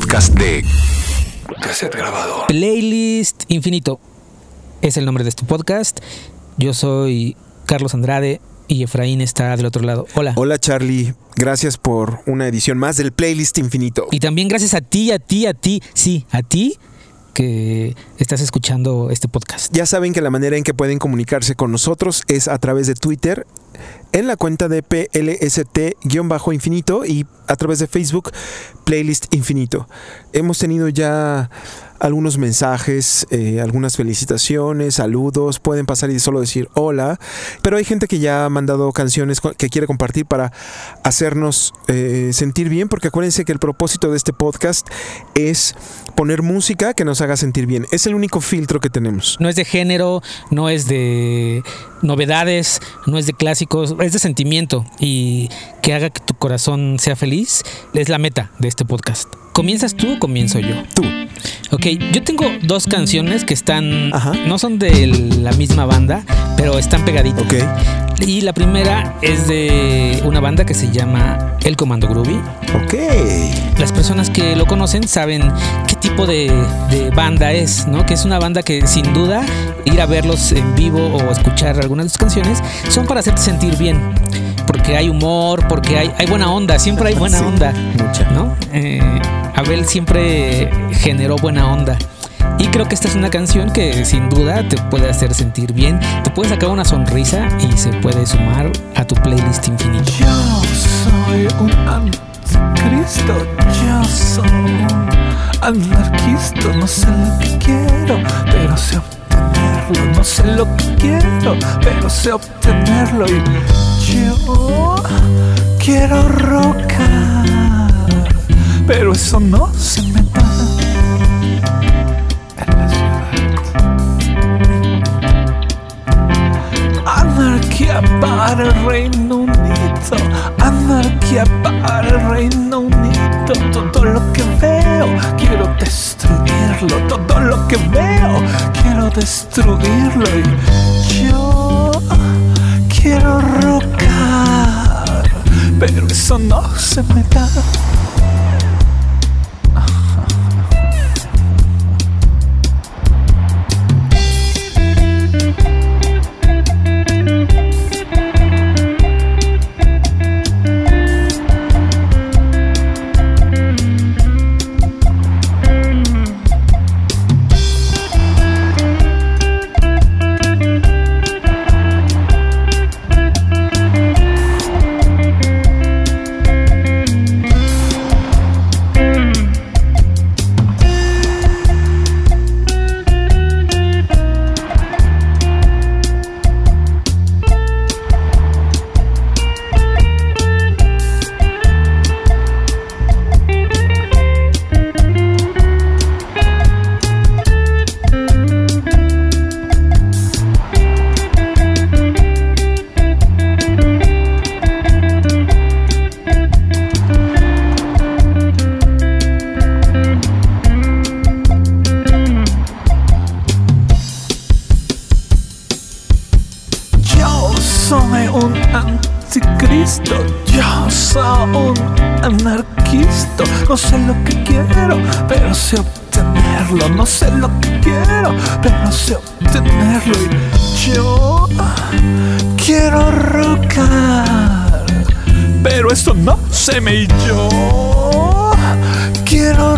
podcast de Cassette Grabado. Playlist Infinito es el nombre de este podcast. Yo soy Carlos Andrade y Efraín está del otro lado. Hola. Hola, Charlie. Gracias por una edición más del Playlist Infinito. Y también gracias a ti, sí, a ti que estás escuchando este podcast. Ya saben que la manera en que pueden comunicarse con nosotros es a través de Twitter, en la cuenta de PLST-Infinito y a través de Facebook, Playlist Infinito. Hemos tenido ya algunos mensajes, algunas felicitaciones, saludos. Pueden pasar y solo decir hola. Pero hay gente que ya ha mandado canciones que quiere compartir para hacernos sentir bien, porque acuérdense que el propósito de este podcast es poner música que nos haga sentir bien. Es el único filtro que tenemos. No es de género, no es de novedades, no es de clásicos, es de sentimiento y que haga que tu corazón sea feliz. Es la meta de este podcast. ¿Comienzas tú o comienzo yo? Tú. Ok, yo tengo dos canciones que están, no son de la misma banda, pero están pegaditas. Ok. Y la primera es de una banda que se llama El Comando Groovy. Ok. Las personas que lo conocen saben qué tipo de banda es, ¿no? Que es una banda que sin duda ir a verlos en vivo o escuchar algunas de sus canciones son para hacerte sentir bien. Porque hay humor, porque hay buena onda, siempre hay buena onda, mucha, ¿no? Abel siempre generó buena onda. Y creo que esta es una canción que sin duda te puede hacer sentir bien, te puede sacar una sonrisa y se puede sumar a tu playlist infinito. Yo soy un anticristo, yo soy un anarquista, no sé lo que quiero, pero sé obtenerlo, no sé lo que quiero, pero sé obtenerlo y yo quiero rocar, pero eso no se me da en la ciudad. Anarquía para el Reino Unido, anarquía para el Reino Unido. Todo lo que veo quiero destruirlo, todo lo que veo quiero destruirlo y yo quiero rocar, pero eso no se me da. Soy un anticristo, yo soy un anarquista. No sé lo que quiero, pero sé obtenerlo. No sé lo que quiero, pero sé obtenerlo. Y yo quiero rocar, pero eso no se me. Y yo quiero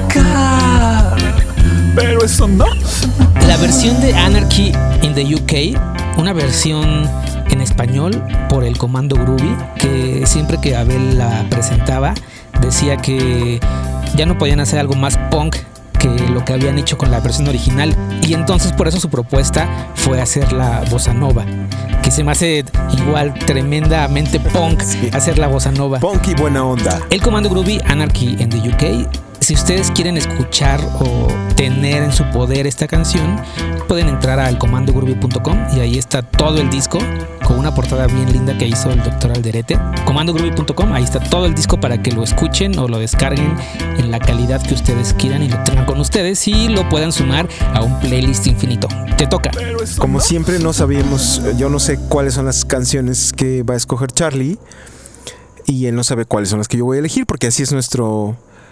rocar, pero eso no se me. La versión de Anarchy in the UK, una versión en español por El Comando Groovy, que siempre que Abel la presentaba decía que ya no podían hacer algo más punk que lo que habían hecho con la versión original, y entonces por eso su propuesta fue hacer la bossa nova, que se me hace igual tremendamente punk. Sí. Hacer la bossa nova, punk y buena onda. El Comando Groovy, Anarchy in the UK. Si ustedes quieren escuchar o tener en su poder esta canción, pueden entrar a elcomandogroovy.com y ahí está todo el disco con una portada bien linda que hizo el Dr. Alderete. Comandogroovy.com, ahí está todo el disco para que lo escuchen o lo descarguen en la calidad que ustedes quieran y lo tengan con ustedes y lo puedan sumar a un playlist infinito. Te toca. Como siempre no sabíamos, yo no sé cuáles son las canciones que va a escoger Charlie y él no sabe cuáles son las que yo voy a elegir, porque así es nuestro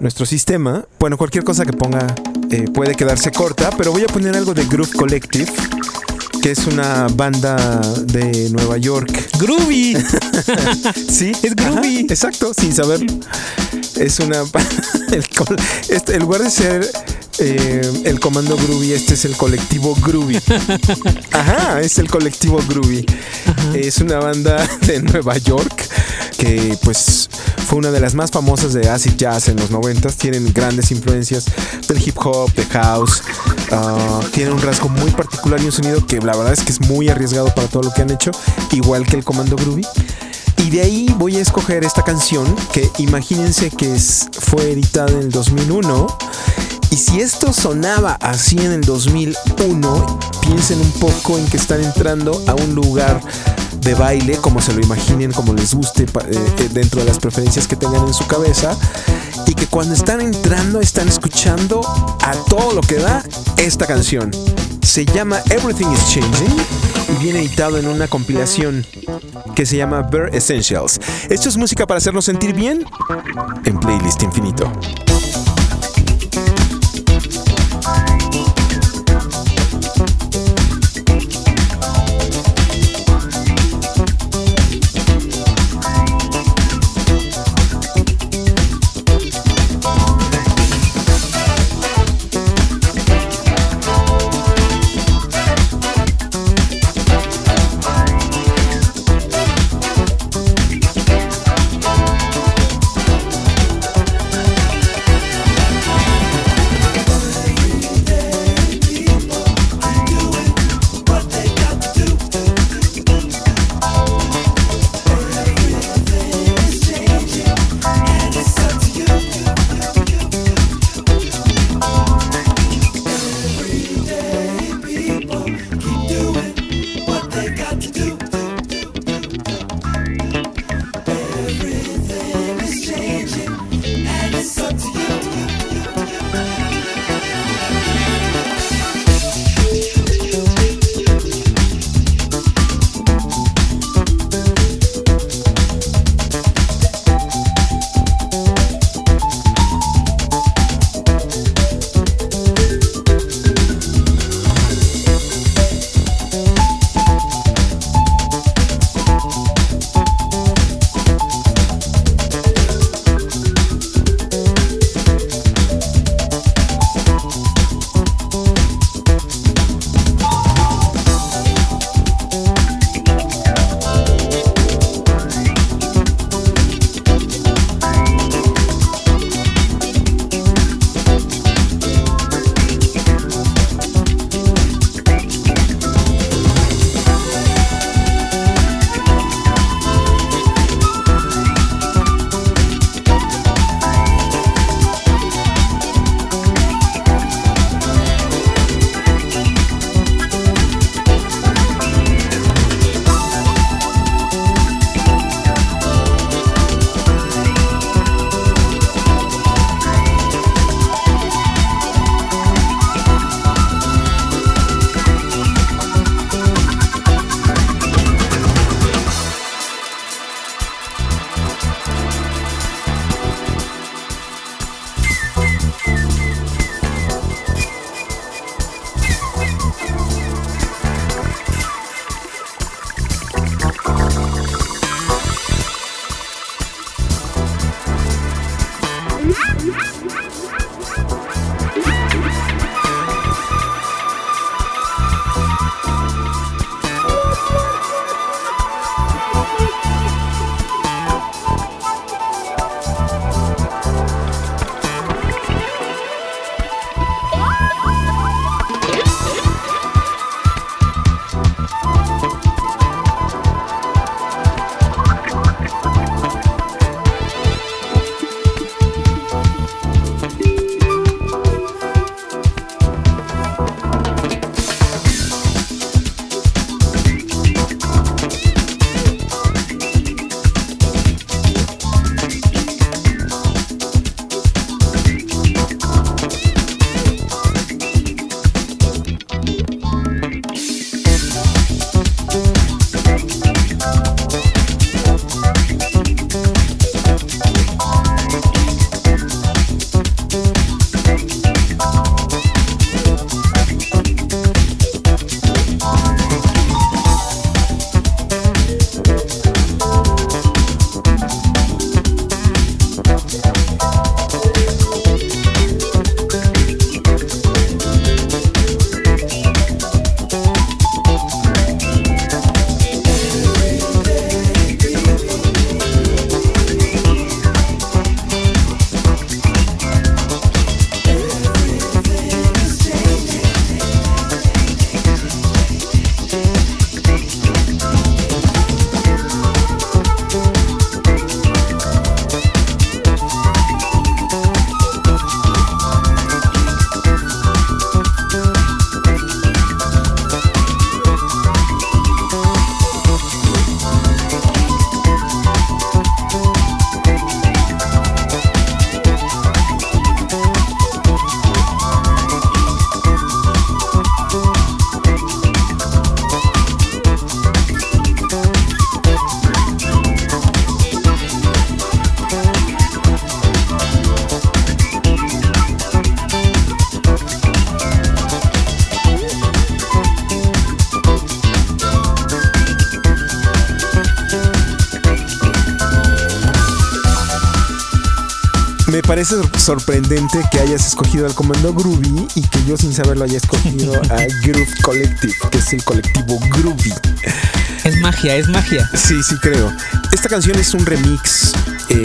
nuestro sistema. Bueno, cualquier cosa que ponga puede quedarse corta, pero voy a poner algo de Groove Collective, que es una banda de Nueva York. ¡Groovy! Sí, es groovy. Ajá, exacto, sin saberlo. Es una... en lugar de ser el comando Groovy, este es el colectivo Groovy. Ajá, es el colectivo Groovy. Ajá. Es una banda de Nueva York que pues fue una de las más famosas de acid jazz en los 90s. Tienen grandes influencias del hip hop, de house. Tienen un rasgo muy particular y un sonido que la verdad es que es muy arriesgado para todo lo que han hecho, igual que el comando Groovy. Y de ahí voy a escoger esta canción que imagínense que fue editada en el 2001. Y si esto sonaba así en el 2001, piensen un poco en que están entrando a un lugar de baile, como se lo imaginen, como les guste, dentro de las preferencias que tengan en su cabeza, y que cuando están entrando están escuchando a todo lo que da esta canción. Se llama Everything is Changing y viene editado en una compilación que se llama Bare Essentials. Esto es música para hacernos sentir bien en Playlist Infinito. Me parece sorprendente que hayas escogido al Comando Groovy y que yo sin saberlo haya escogido a Groove Collective, que es el colectivo Groovy. Es magia, es magia. Sí, creo. Esta canción es un remix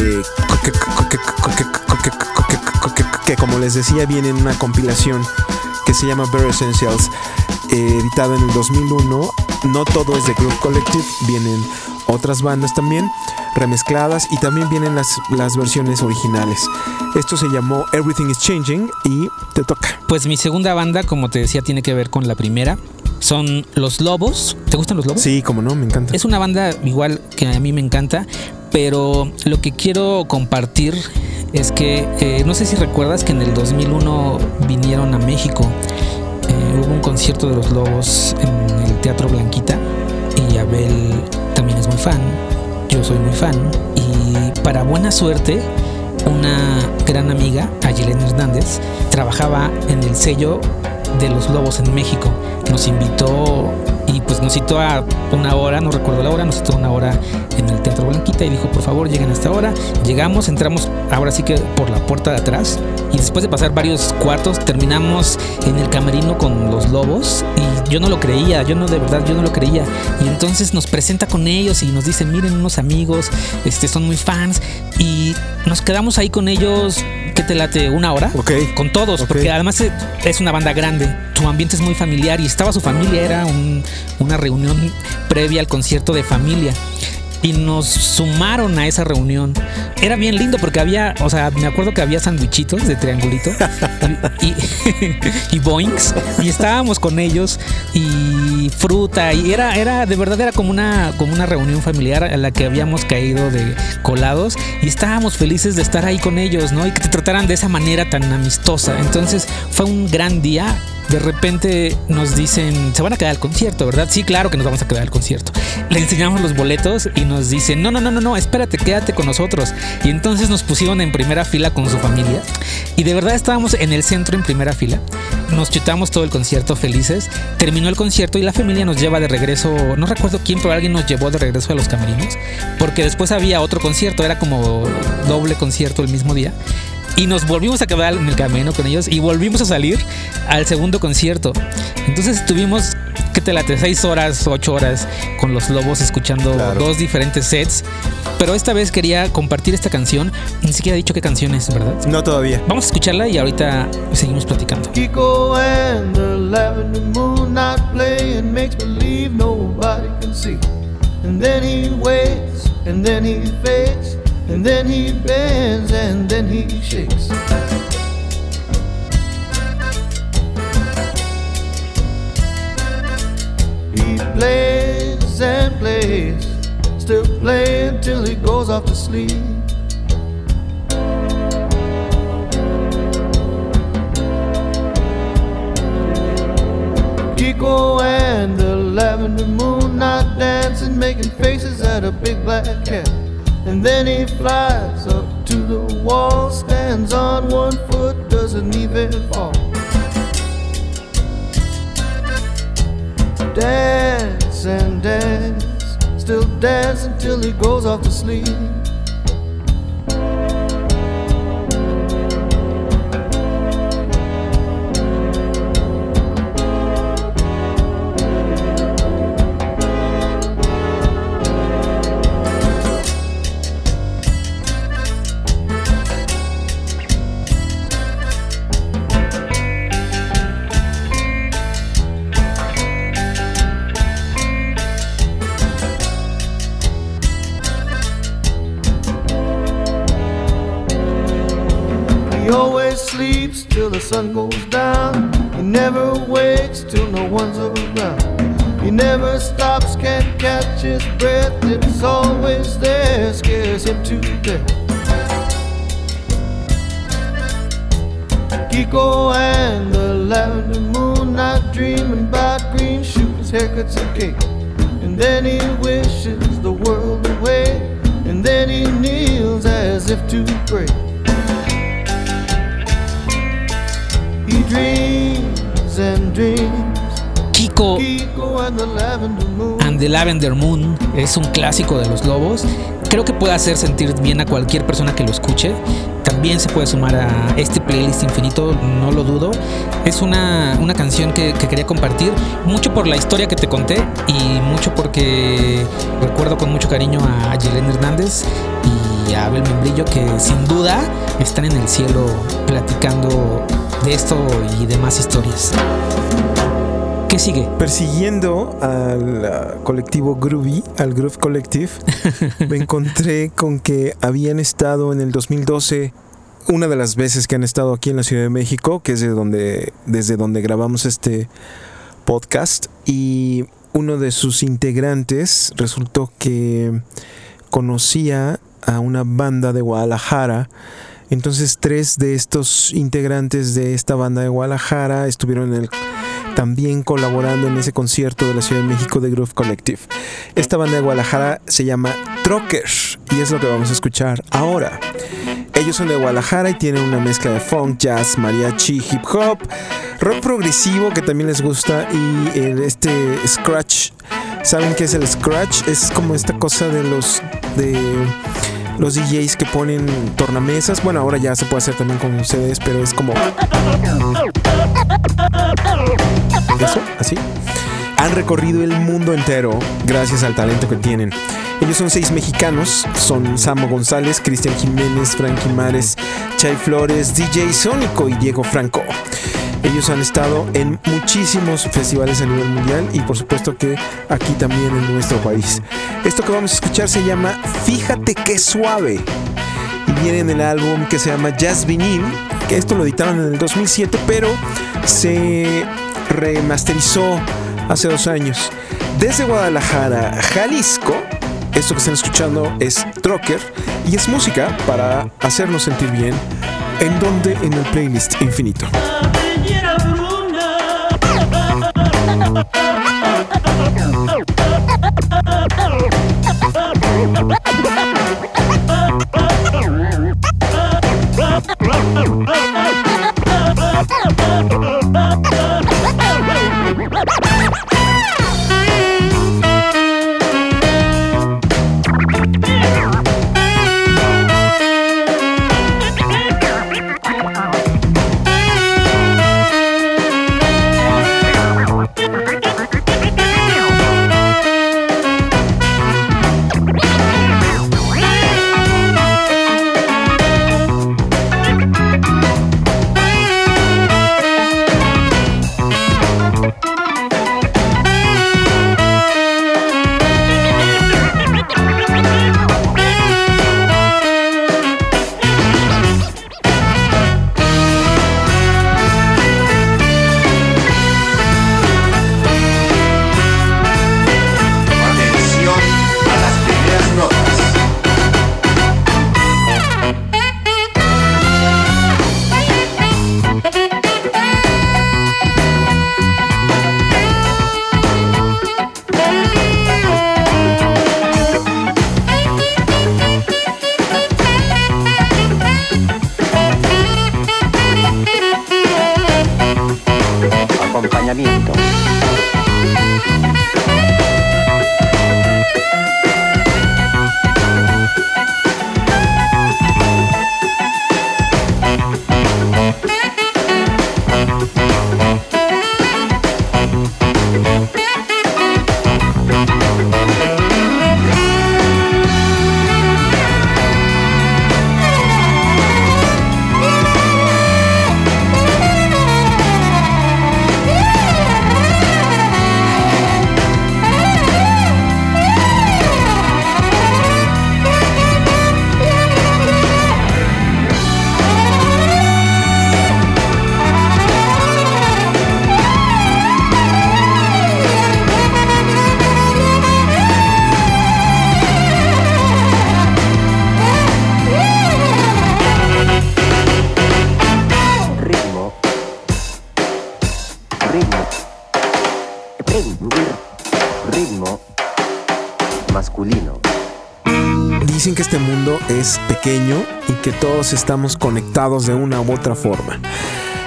que como les decía viene en una compilación que se llama Bare Essentials, editada en el 2001. No todo es de Groove Collective, vienen otras bandas también remezcladas y también vienen las versiones originales. Esto se llamó Everything is Changing y te toca. Pues mi segunda banda, como te decía, tiene que ver con la primera. Son Los Lobos. ¿Te gustan Los Lobos? Sí, como no, me encanta. Es una banda igual que a mí me encanta, pero lo que quiero compartir es que no sé si recuerdas que en el 2001 vinieron a México. Hubo un concierto de Los Lobos en el Teatro Blanquita y Abel también es muy fan. Yo soy muy fan y para buena suerte una gran amiga, Ayelena Hernández, trabajaba en el sello de Los Lobos en México. Nos invitó y pues nos citó a una hora, no recuerdo la hora, nos citó una hora en el Teatro Blanquita y dijo, por favor, lleguen a esta hora. Llegamos, entramos ahora sí que por la puerta de atrás y después de pasar varios cuartos terminamos en el camerino con Los Lobos y yo no lo creía, yo no lo creía. Y entonces nos presenta con ellos y nos dice, miren, unos amigos, son muy fans, y nos quedamos ahí con ellos. ¿Qué te late? ¿Una hora? Okay. Con todos, okay. Porque además es una banda grande, su ambiente es muy familiar y estaba su familia, era una reunión previa al concierto de familia. Y nos sumaron a esa reunión. Era bien lindo porque había, o sea, me acuerdo que había sandwichitos de triangulito y boings, y estábamos con ellos y fruta, y era de verdad, era como una reunión familiar a la que habíamos caído de colados y estábamos felices de estar ahí con ellos, ¿no? Y que te trataran de esa manera tan amistosa. Entonces fue un gran día. De repente nos dicen, se van a quedar al concierto, ¿verdad? Sí, claro que nos vamos a quedar al concierto. Le enseñamos los boletos y nos dicen, no, espérate, quédate con nosotros. Y entonces nos pusieron en primera fila con su familia. Y de verdad estábamos en el centro en primera fila. Nos chutamos todo el concierto felices. Terminó el concierto y la familia nos lleva de regreso, no recuerdo quién, pero alguien nos llevó de regreso a los camerinos. Porque después había otro concierto, era como doble concierto el mismo día. Y nos volvimos a quedar en el camino con ellos y volvimos a salir al segundo concierto. Entonces estuvimos, ¿qué te late? 6 horas, 8 horas con Los Lobos escuchando dos diferentes sets. Pero esta vez quería compartir esta canción. Ni siquiera he dicho qué canción es, ¿verdad? No, todavía. Vamos a escucharla y ahorita seguimos platicando. Kiko and the lavender moon not playing makes believe nobody can see. And then he waits, and then he fades. And then he bends, and then he shakes. He plays and plays, still playing till he goes off to sleep. Kiko and the lavender moon not dancing, making faces at a big black cat. And then he flies up to the wall, stands on one foot, doesn't even fall. Dance and dance, still dance until he goes off to sleep. He always sleeps till the sun goes down. He never wakes till no one's around. He never stops, can't catch his breath. It's always there, scares him to death. Kiko and the lavender moon, not dreaming about green shoes, haircuts and cake. And then he wishes the world away. And then he kneels as if to pray. He dreams and dreams. Kiko and the lavender moon. and In the Lavender Moon es un clásico de Los Lobos. Creo que puede hacer sentir bien a cualquier persona que lo escuche. También se puede sumar a este playlist infinito, no lo dudo. Es una canción que quería compartir, mucho por la historia que te conté y mucho porque recuerdo con mucho cariño a Yelena Hernández y a Abel Membrillo, que sin duda están en el cielo platicando de esto y demás historias. ¿Qué sigue? Persiguiendo al colectivo Groovy, al Groove Collective, me encontré con que habían estado en el 2012, una de las veces que han estado aquí en la Ciudad de México, que es desde donde grabamos este podcast, y uno de sus integrantes resultó que conocía a una banda de Guadalajara. Entonces 3 de estos integrantes de esta banda de Guadalajara estuvieron también colaborando en ese concierto de la Ciudad de México de Groove Collective. Esta banda de Guadalajara se llama Trucker y es lo que vamos a escuchar ahora. Ellos son de Guadalajara y tienen una mezcla de funk, jazz, mariachi, hip hop, rock progresivo que también les gusta y este scratch. ¿Saben qué es el scratch? Es como esta cosa de los DJs que ponen tornamesas. Bueno, ahora ya se puede hacer también con CDs, pero es como eso, así. Han recorrido el mundo entero gracias al talento que tienen. Ellos son 6 mexicanos, son Samo González, Cristian Jiménez, Frankie Mares, Chay Flores, DJ Sónico y Diego Franco. Ellos han estado en muchísimos festivales a nivel mundial y por supuesto que aquí también en nuestro país. Esto que vamos a escuchar se llama Fíjate Qué Suave y viene en el álbum que se llama Jazz Vinil, que esto lo editaron en el 2007, pero se remasterizó hace 2 años. Desde Guadalajara, Jalisco, esto que están escuchando es Trucker y es música para hacernos sentir bien. ¿En dónde? En el playlist infinito. Acompañamiento. Ritmo masculino. Dicen que este mundo es pequeño y que todos estamos conectados de una u otra forma.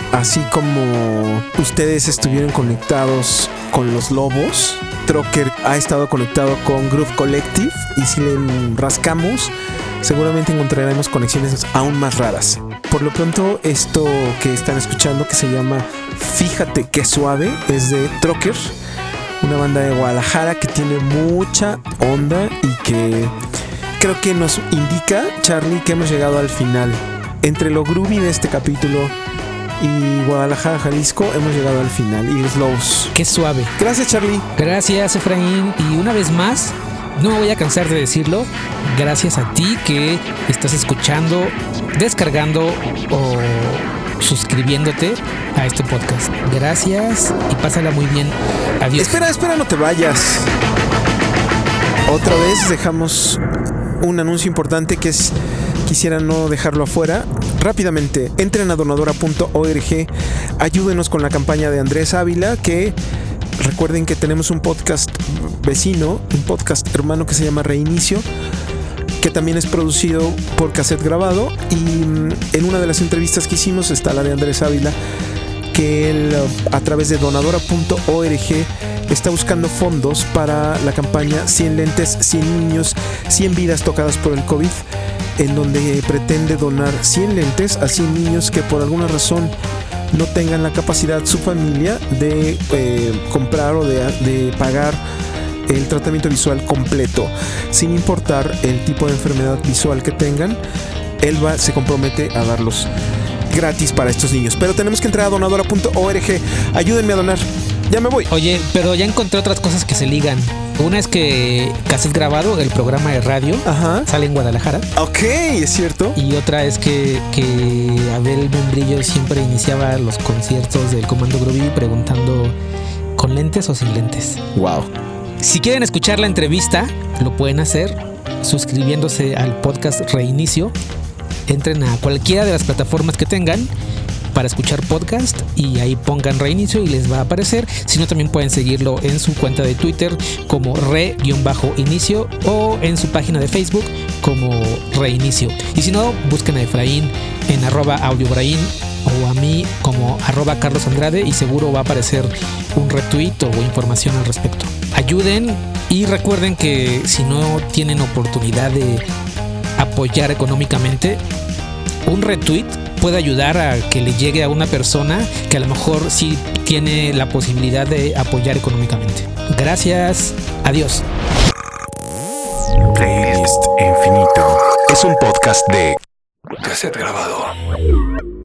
así como ustedes estuvieron conectados con Los Lobos, Trocker ha estado conectado con Groove Collective, y si le rascamos, seguramente encontraremos conexiones aún más raras. Por lo pronto, esto que están escuchando, que se llama Fíjate Qué Suave, es de Trocker, una banda de Guadalajara que tiene mucha onda y que creo que nos indica, Charlie, que hemos llegado al final. Entre lo groovy de este capítulo y Guadalajara, Jalisco, hemos llegado al final. Y los Lobos. Qué suave. Gracias, Charlie. Gracias, Efraín. Y una vez más, no me voy a cansar de decirlo, gracias a ti que estás escuchando, descargando o suscribiéndote a este podcast. Gracias y pásala muy bien. Adiós. Espera, no te vayas. Otra vez dejamos un anuncio importante que es, quisiera no dejarlo afuera. Rápidamente, entren a donadora.org, ayúdenos con la campaña de Andrés Ávila, que recuerden que tenemos un podcast vecino, un podcast hermano que se llama Reinicio, que también es producido por Cassette Grabado, y en una de las entrevistas que hicimos está la de Andrés Ávila, que él a través de donadora.org está buscando fondos para la campaña 100 lentes, 100 niños, 100 vidas tocadas por el COVID, en donde pretende donar 100 lentes a 100 niños que por alguna razón no tengan la capacidad su familia de comprar o de pagar el tratamiento visual completo, sin importar el tipo de enfermedad visual que tengan. Él se compromete a darlos gratis para estos niños. Pero tenemos que entrar a donadora.org. Ayúdenme a donar. Ya me voy. Oye, pero ya encontré otras cosas que se ligan. Una es que Cassette Grabado, el programa de radio, sale en Guadalajara. Ok, es cierto. Y otra es que Abel Membrillo siempre iniciaba los conciertos del Comando Groovy preguntando ¿con lentes o sin lentes? Wow. Si quieren escuchar la entrevista, lo pueden hacer suscribiéndose al podcast Reinicio. Entren a cualquiera de las plataformas que tengan para escuchar podcast y ahí pongan Reinicio y les va a aparecer. Si no, también pueden seguirlo en su cuenta de Twitter como re-inicio o en su página de Facebook como Reinicio. Y si no, busquen a Efraín en @audiobraín o a mí como @carlosandrade y seguro va a aparecer un retweet o información al respecto. Ayuden y recuerden que si no tienen oportunidad de apoyar económicamente, un retweet puede ayudar a que le llegue a una persona que a lo mejor sí tiene la posibilidad de apoyar económicamente. Gracias. Adiós. Playlist Infinito es un podcast de Cassette Grabado.